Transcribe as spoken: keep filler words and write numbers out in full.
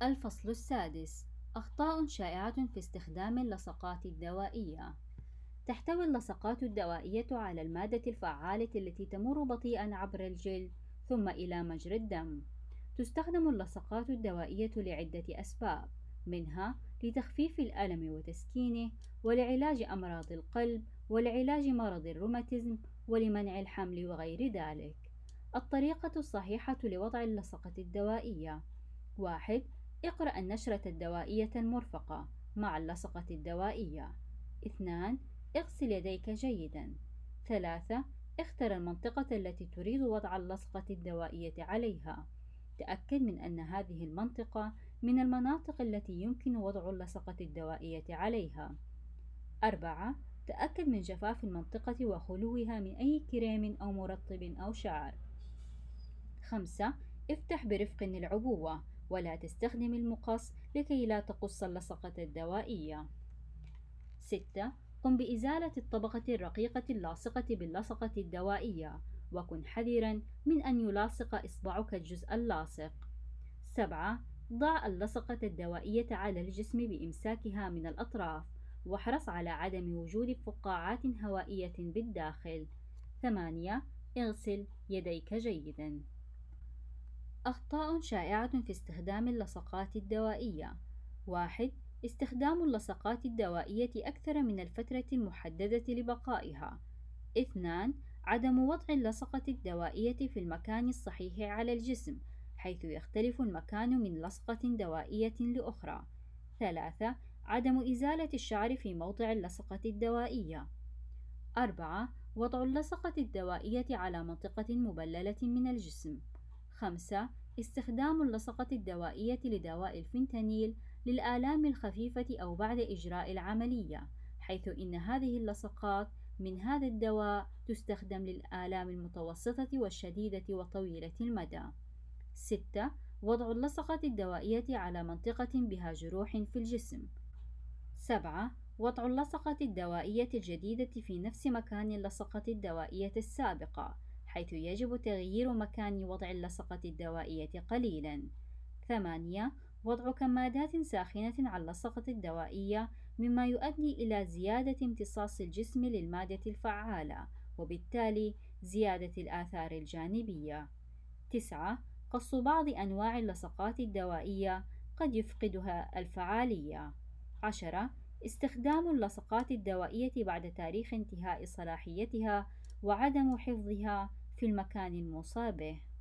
الفصل السادس: أخطاء شائعة في استخدام اللصقات الدوائية. تحتوي اللصقات الدوائية على المادة الفعالة التي تمر بطيئًا عبر الجلد ثم إلى مجرى الدم. تستخدم اللصقات الدوائية لعدة أسباب، منها لتخفيف الألم وتسكينه، ولعلاج أمراض القلب، ولعلاج مرض الروماتيزم، ولمنع الحمل وغير ذلك. الطريقة الصحيحة لوضع اللصقة الدوائية: واحد. اقرأ النشرة الدوائية المرفقة مع اللصقة الدوائية. اثنان. اغسل يديك جيدا. ثلاثة. اختر المنطقة التي تريد وضع اللصقة الدوائية عليها. تأكد من أن هذه المنطقة من المناطق التي يمكن وضع اللصقة الدوائية عليها. أربعة. تأكد من جفاف المنطقة وخلوها من أي كريم أو مرطب أو شعر. خمسة. افتح برفق العبوة ولا تستخدم المقص لكي لا تقص اللصقة الدوائية. ستة. قم بإزالة الطبقة الرقيقة اللاصقة باللصقة الدوائية، وكن حذرا من أن يلاصق إصبعك الجزء اللاصق. سبعة. ضع اللصقة الدوائية على الجسم بإمساكها من الأطراف، واحرص على عدم وجود فقاعات هوائية بالداخل. ثمانية. اغسل يديك جيدا. أخطاء شائعة في استخدام اللصقات الدوائية: واحد. استخدام اللصقات الدوائية أكثر من الفترة المحددة لبقائها. اثنان. عدم وضع اللصقة الدوائية في المكان الصحيح على الجسم، حيث يختلف المكان من لصقة دوائية لأخرى. ثلاثة. عدم إزالة الشعر في موضع اللصقة الدوائية. أربعة. وضع اللصقة الدوائية على منطقة مبللة من الجسم. خمسة. استخدام اللصقة الدوائية لدواء الفنتانيل للآلام الخفيفة أو بعد إجراء العملية، حيث إن هذه اللصقات من هذا الدواء تستخدم للآلام المتوسطة والشديدة وطويلة المدى. ستة. وضع اللصقة الدوائية على منطقة بها جروح في الجسم. سبعة. وضع اللصقة الدوائية الجديدة في نفس مكان اللصقة الدوائية السابقة، حيث يجب تغيير مكان وضع اللصقة الدوائية قليلاً. ثمانية. وضع كمادات ساخنة على اللصقة الدوائية، مما يؤدي إلى زيادة امتصاص الجسم للمادة الفعالة، وبالتالي زيادة الآثار الجانبية. تسعة. قص بعض أنواع اللصقات الدوائية قد يفقدها الفعالية. عشرة. استخدام اللصقات الدوائية بعد تاريخ انتهاء صلاحيتها، وعدم حفظها في المكان المصاب به.